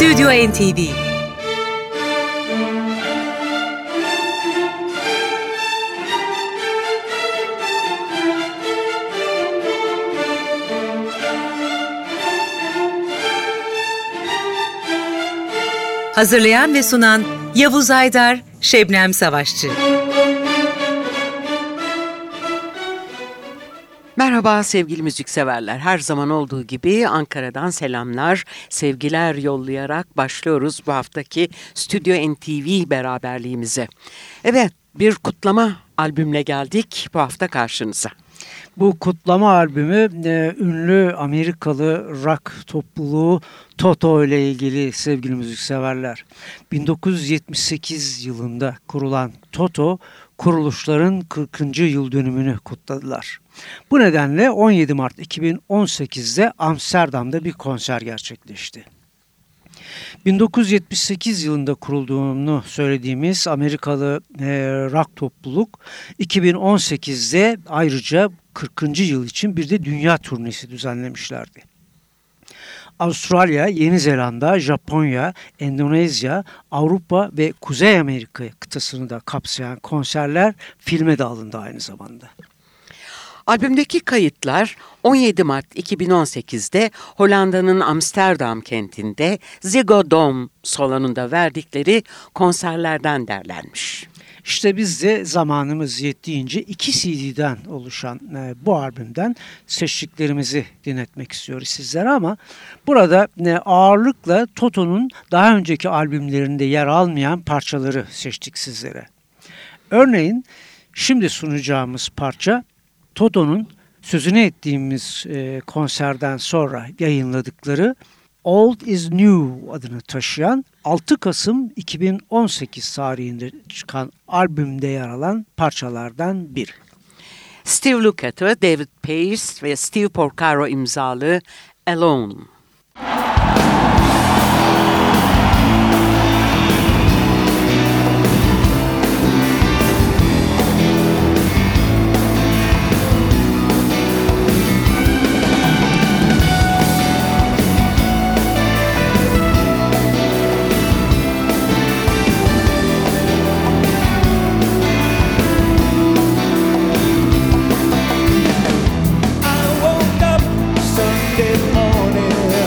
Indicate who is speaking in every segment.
Speaker 1: Stüdyo NTV. Hazırlayan ve sunan Yavuz Aydar, Şebnem Savaşçı.
Speaker 2: Merhaba sevgili müzikseverler. Her zaman olduğu gibi Ankara'dan selamlar, sevgiler yollayarak başlıyoruz bu haftaki Stüdyo NTV beraberliğimize. Evet, bir kutlama albümle geldik bu hafta karşınıza.
Speaker 3: Bu kutlama albümü ünlü Amerikalı rock topluluğu Toto ile ilgili sevgili müzikseverler. 1978 yılında kurulan Toto, kuruluşların 40. yıl dönümünü kutladılar. Bu nedenle 17 Mart 2018'de Amsterdam'da bir konser gerçekleşti. 1978 yılında kurulduğunu söylediğimiz Amerikalı rock topluluk 2018'de ayrıca 40. yıl için bir de dünya turnesi düzenlemişlerdi. Avustralya, Yeni Zelanda, Japonya, Endonezya, Avrupa ve Kuzey Amerika kıtasını da kapsayan konserler filme de alındı aynı zamanda.
Speaker 2: Albümdeki kayıtlar 17 Mart 2018'de Hollanda'nın Amsterdam kentinde Ziggo Dome salonunda verdikleri konserlerden derlenmiş.
Speaker 3: İşte biz de zamanımız yettiğince 2 CD'den oluşan bu albümden seçtiklerimizi dinletmek istiyoruz sizlere ama burada ağırlıkla Toto'nun daha önceki albümlerinde yer almayan parçaları seçtik sizlere. Örneğin şimdi sunacağımız parça Toto'nun sözünü ettiğimiz konserden sonra yayınladıkları Old is New adını taşıyan 6 Kasım 2018 tarihinde çıkan albümde yer alan parçalardan biri.
Speaker 2: Steve Lukather, David Pace ve Steve Porcaro imzalı Alone.
Speaker 4: Sunday morning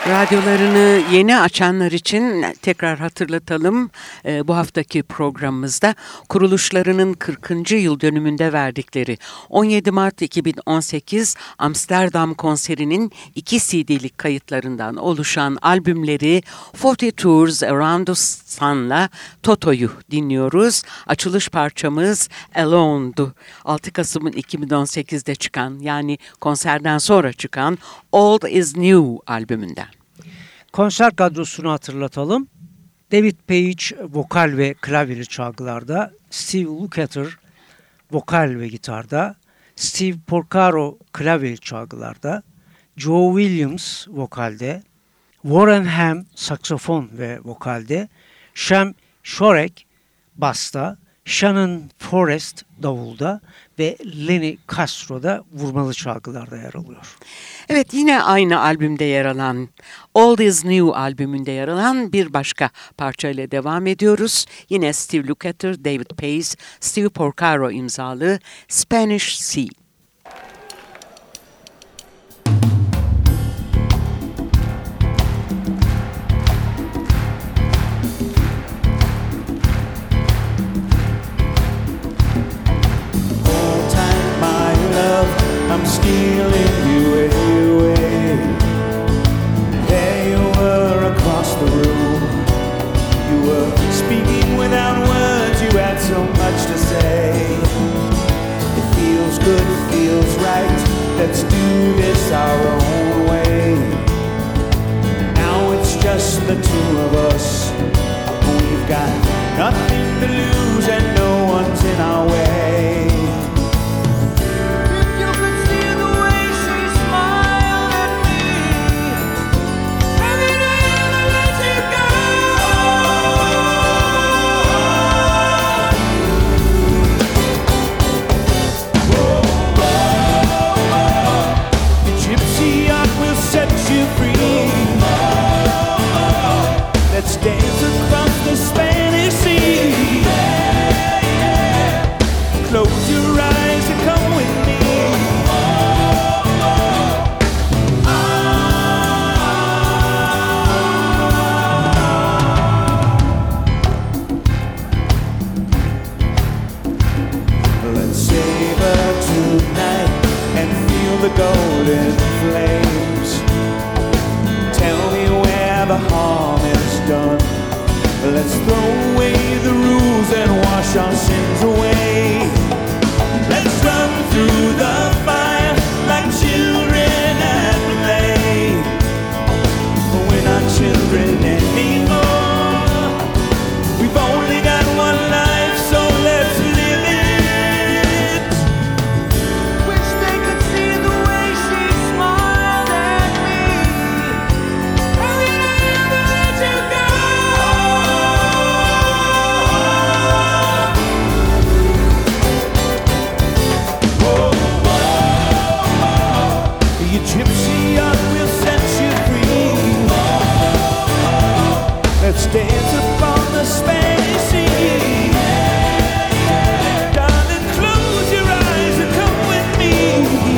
Speaker 2: Radyolarını yeni açanlar için tekrar hatırlatalım. Bu haftaki programımızda kuruluşlarının 40. yıl dönümünde verdikleri 17 Mart 2018 Amsterdam konserinin 2 CD'lik kayıtlarından oluşan albümleri 40 Tours Around the Sun'la Toto'yu dinliyoruz. Açılış parçamız Alone'du. 6 Kasım 2018'de çıkan, yani konserden sonra çıkan Old is New albümünden.
Speaker 3: Konser kadrosunu hatırlatalım. David Page vokal ve klavyeli çalgılarda, Steve Lukather vokal ve gitarda, Steve Porcaro klavyeli çalgılarda, Joe Williams vokalde, Warren Ham saksafon ve vokalde, Shem Shorek basta, Shannon Forrest davulda ve Lenny Castro da vurmalı çalgılarda yer alıyor.
Speaker 2: Evet, yine aynı albümde yer alan, Old is New albümünde yer alan bir başka parçayla devam ediyoruz. Yine Steve Lukather, David Page, Steve Porcaro imzalı Spanish Sea.
Speaker 4: I'm stealing you away. There you were across the room. You were speaking without words. You had so much to say. It feels good, it feels right. Let's do this our own way. Now it's just the two of us. We've got nothing to lose and no one's in our way. Let's dance across the Spanish Sea. Close your eyes and come with me. Let's savor tonight and feel the golden flames. Tell me where the harm is done. Let's throw away the rules and wash our sins away. Let's run through the fire like children at play. We're not children anymore. We've only got one life, so let's live it. Wish they could see the way she smiled at me. Gypsy, I will set you free. Let's dance upon the Spanish Sea. Darling, close your eyes and come with me.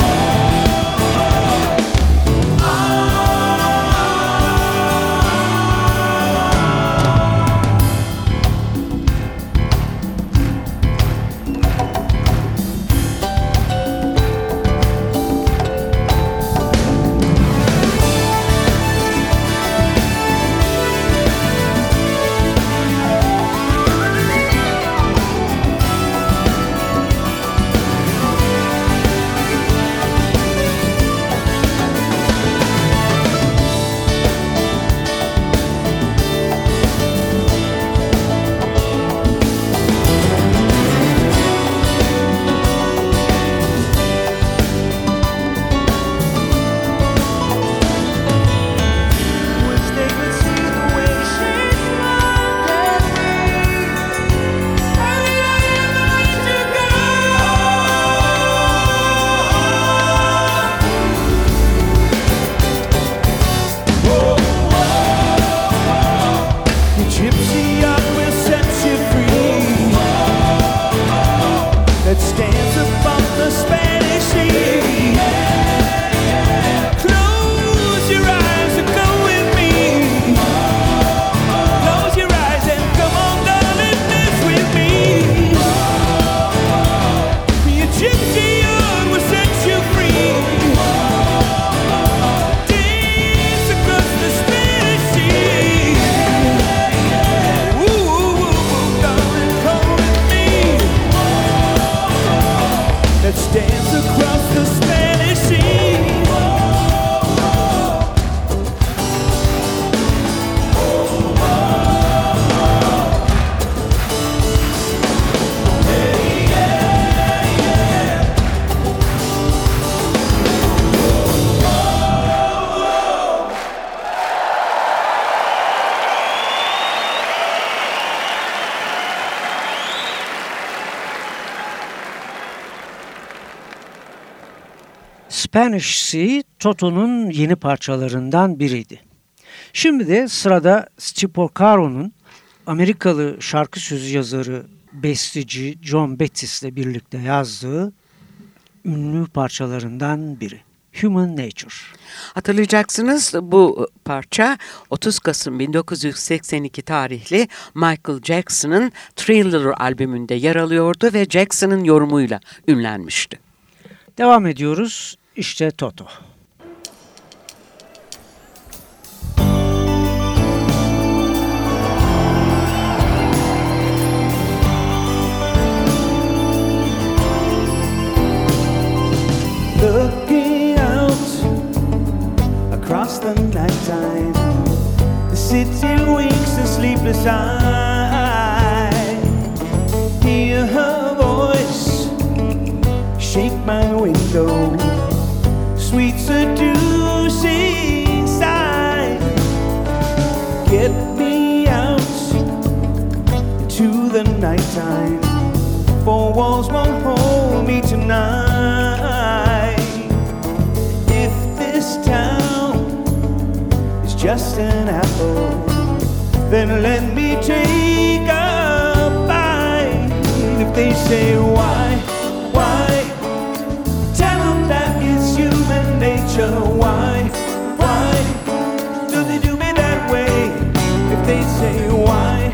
Speaker 3: Spanish Sea Toto'nun yeni parçalarından biriydi. Şimdi de sırada Steve Porcaro'nun Amerikalı şarkı sözü yazarı, besteci John Bettis ile birlikte yazdığı ünlü parçalarından biri. Human Nature.
Speaker 2: Hatırlayacaksınız, bu parça 30 Kasım 1982 tarihli Michael Jackson'ın Thriller albümünde yer alıyordu ve Jackson'ın yorumuyla ünlenmişti.
Speaker 3: Devam ediyoruz. İşte Toto.
Speaker 4: Looking out across the nighttime, the city winks a sleepless eye. Hear her voice shake my window, sweet seducing sigh. Get me out into the nighttime, four walls won't hold me tonight. If this town is just an apple, then let me take a bite. If they say why, tell them that it's human nature. Why do they do me that way? If they say why,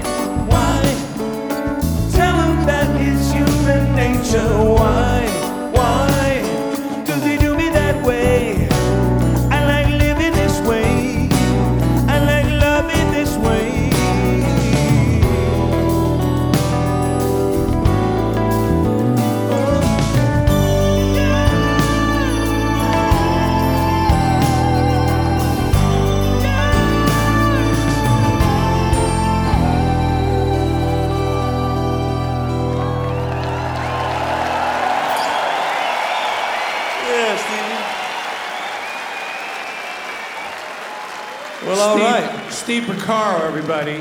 Speaker 4: tell them that it's human nature. Why do they do me that way? I like living this way, I like loving this way. Yeah, Stevie. Well, all right.
Speaker 5: Steve Porcaro, everybody.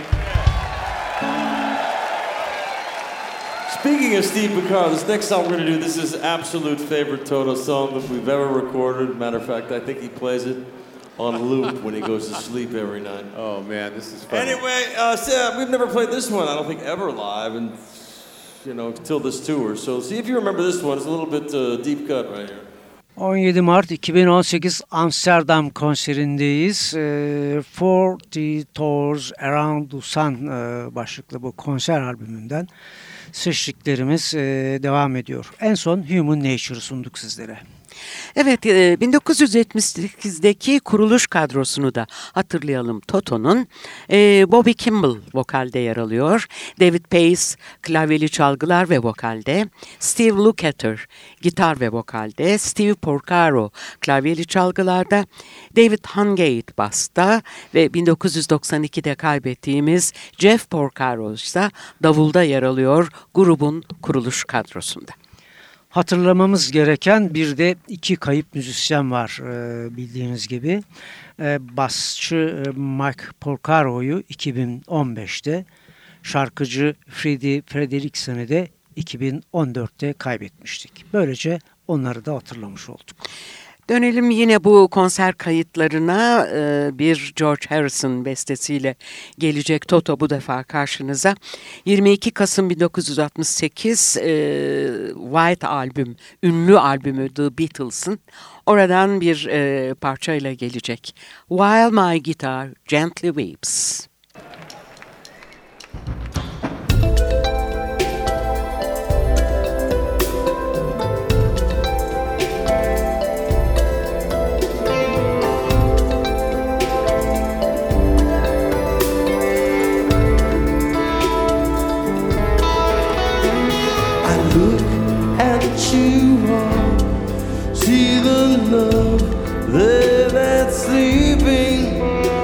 Speaker 6: Speaking of Steve Porcaro, this next song we're going to do, this is his absolute favorite Toto song that we've ever recorded. Matter of fact, I think he plays it on loop when he goes to sleep every night.
Speaker 5: Oh man, this is fun.
Speaker 6: Anyway, we've never played this one, I don't think, ever live, and till this tour. So see if you remember this one. It's a little bit deep cut right here.
Speaker 3: 17 Mart 2018 Amsterdam konserindeyiz. 40 Tours Around the Sun başlıklı bu konser albümünden seçtiklerimiz devam ediyor. En son Human Nature'ı sunduk sizlere.
Speaker 2: Evet, 1978'deki kuruluş kadrosunu da hatırlayalım. Toto'nun Bobby Kimball vokalde yer alıyor. David Pace klavyeli çalgılar ve vokalde. Steve Lukather gitar ve vokalde. Steve Porcaro klavyeli çalgılarda. David Hungate basta ve 1992'de kaybettiğimiz Jeff Porcaro ise davulda yer alıyor grubun kuruluş kadrosunda.
Speaker 3: Hatırlamamız gereken bir de iki kayıp müzisyen var bildiğiniz gibi. Basçı Mike Porcaro'yu 2015'te, şarkıcı Freddie Frederiksen'i de 2014'te kaybetmiştik. Böylece onları da hatırlamış olduk.
Speaker 2: Dönelim yine bu konser kayıtlarına. Bir George Harrison bestesiyle gelecek Toto bu defa karşınıza. 22 Kasım 1968 White albüm, ünlü albümü The Beatles'ın, oradan bir parçayla gelecek. While My Guitar Gently Weeps.
Speaker 4: See the love that's sleeping,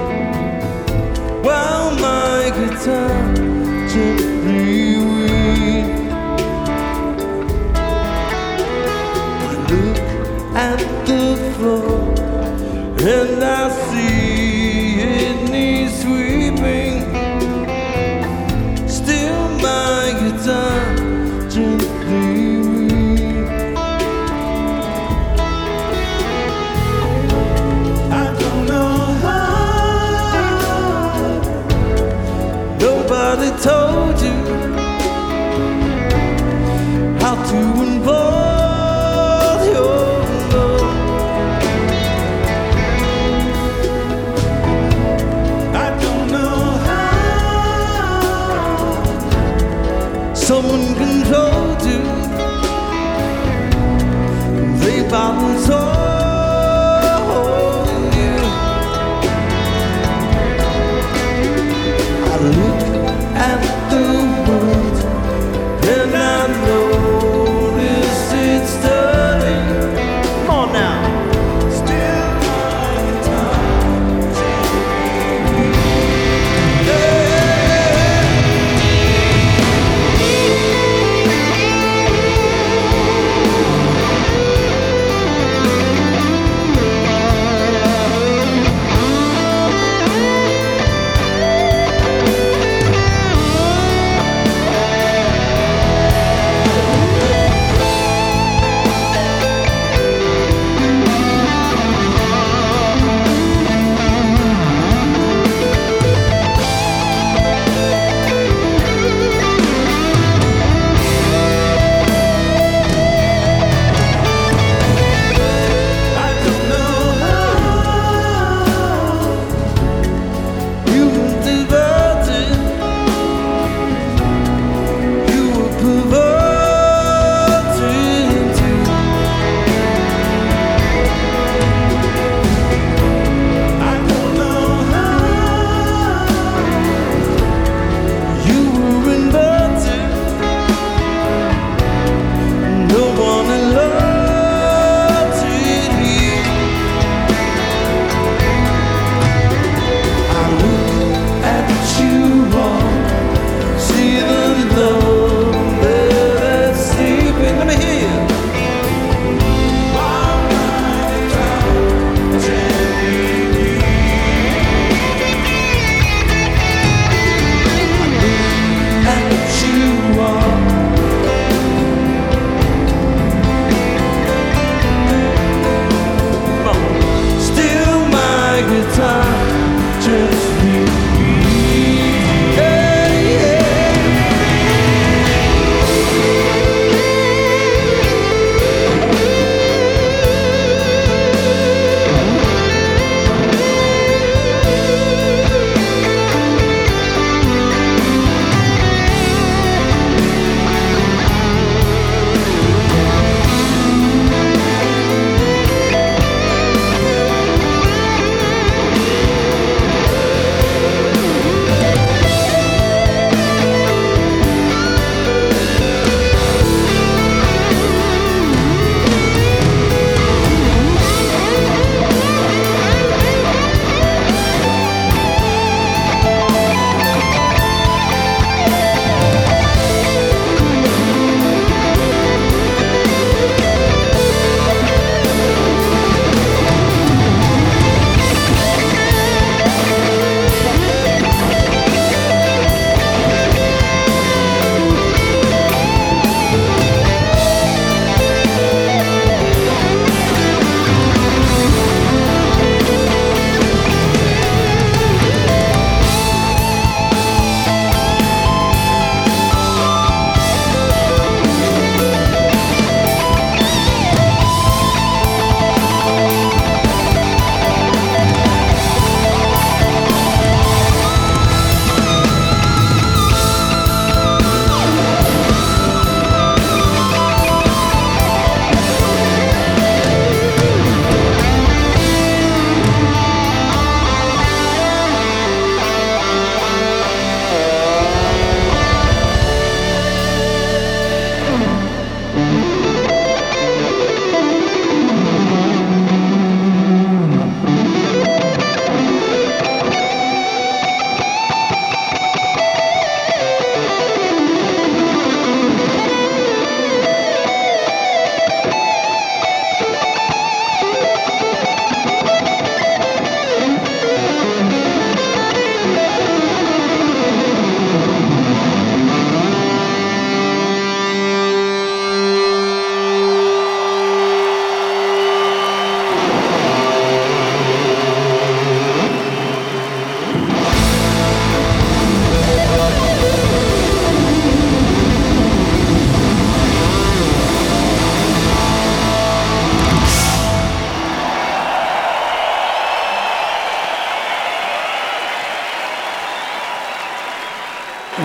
Speaker 4: while my guitar gently weeps. I look at the floor and I see it needs sweeping. Still my guitar gently weeps. Somebody told you how to unfold your love. I don't know how someone controlled you. They bought and sold you. I look and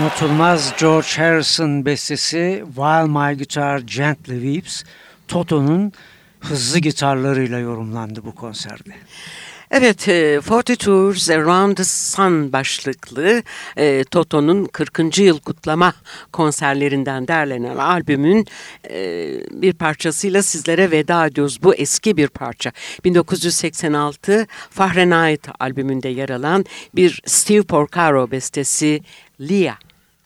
Speaker 3: Unutulmaz George Harrison bestesi While My Guitar Gently Weeps, Toto'nun hızlı gitarlarıyla yorumlandı bu konserde.
Speaker 2: Evet, 40 Tours Around the Sun başlıklı Toto'nun 40. yıl kutlama konserlerinden derlenen albümün bir parçasıyla sizlere veda ediyoruz. Bu eski bir parça. 1986 Fahrenheit albümünde yer alan bir Steve Porcaro bestesi Leah.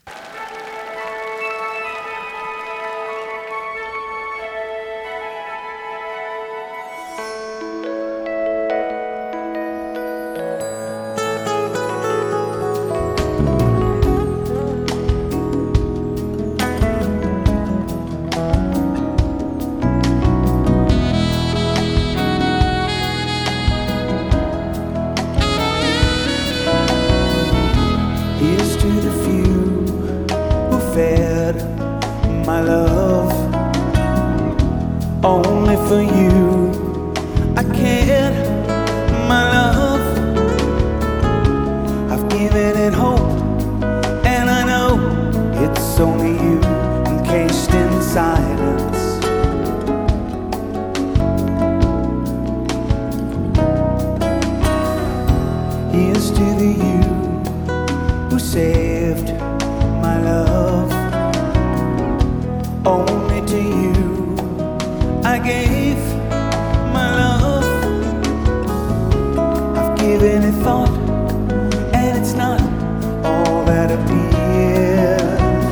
Speaker 4: Here's to the few who fed my love only for you. I cared, my love. I've given it hope, and I know it's only you encased in silence. Here's to the you who saved my love only to you. I gave my love. I've given it thought, and it's not all that appears.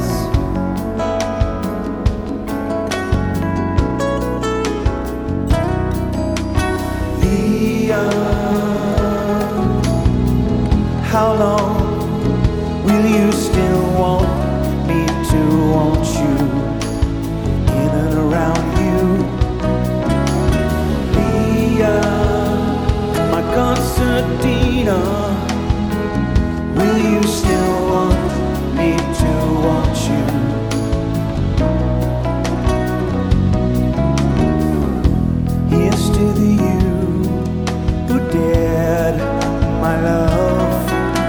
Speaker 4: Leah, how long will you still want me to want you in and around you? Leah, my concertina, will you still want me to want you? Here's to the you who dared my love.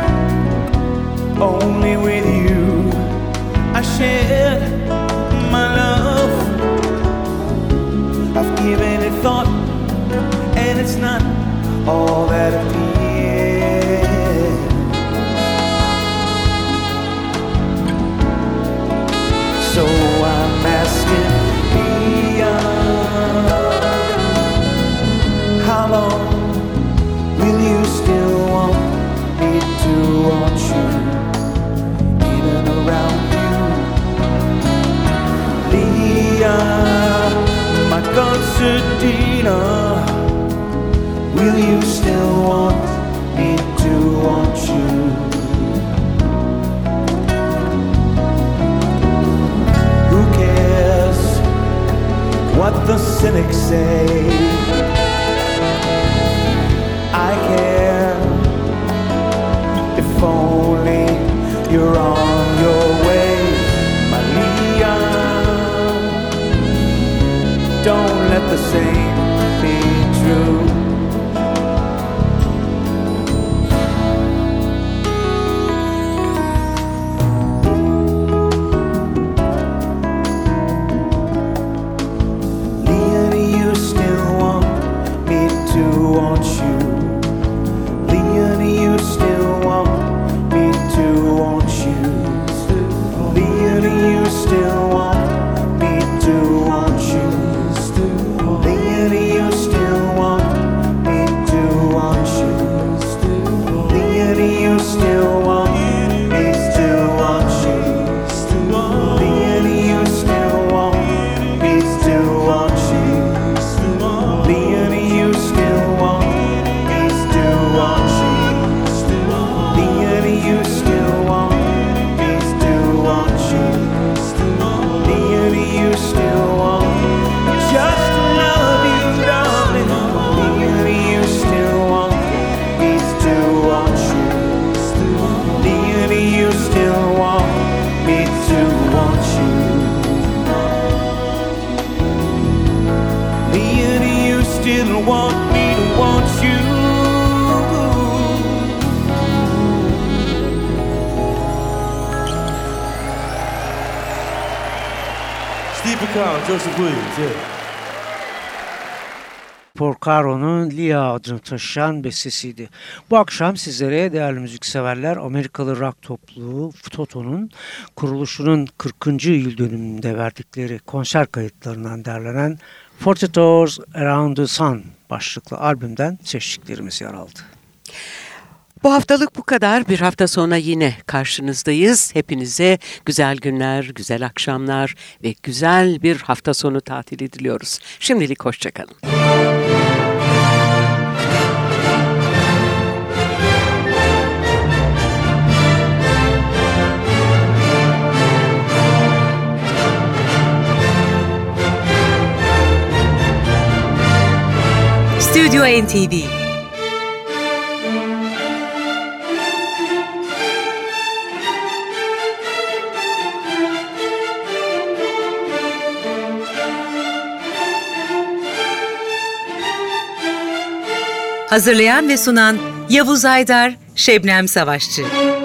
Speaker 4: Only with you I shared my love. I've given it thought, and it's not all that appears. So I'm asking Leah, how long will you still want me to want you in and around you? Leah, my concertina, will you still want me to want you? Who cares what the cynics say? I care if only you're on your way, my Leah. Don't let the same be true. Leah, do you still
Speaker 6: 唱就是不理解。
Speaker 3: Porcaro'nun Lia adını taşıyan bestesiydi. Bu akşam sizlere değerli müzikseverler Amerikalı rock topluluğu Toto'nun kuruluşunun 40. yıl dönümünde verdikleri konser kayıtlarından derlenen 40 Tours Around the Sun başlıklı albümden seçtiklerimiz yer aldı.
Speaker 2: Bu haftalık bu kadar. Bir hafta sonra yine karşınızdayız. Hepinize güzel günler, güzel akşamlar ve güzel bir hafta sonu tatili diliyoruz. Şimdilik hoşçakalın.
Speaker 1: Stüdyo NTV. Hazırlayan ve sunan Yavuz Aydar, Şebnem Savaşçı.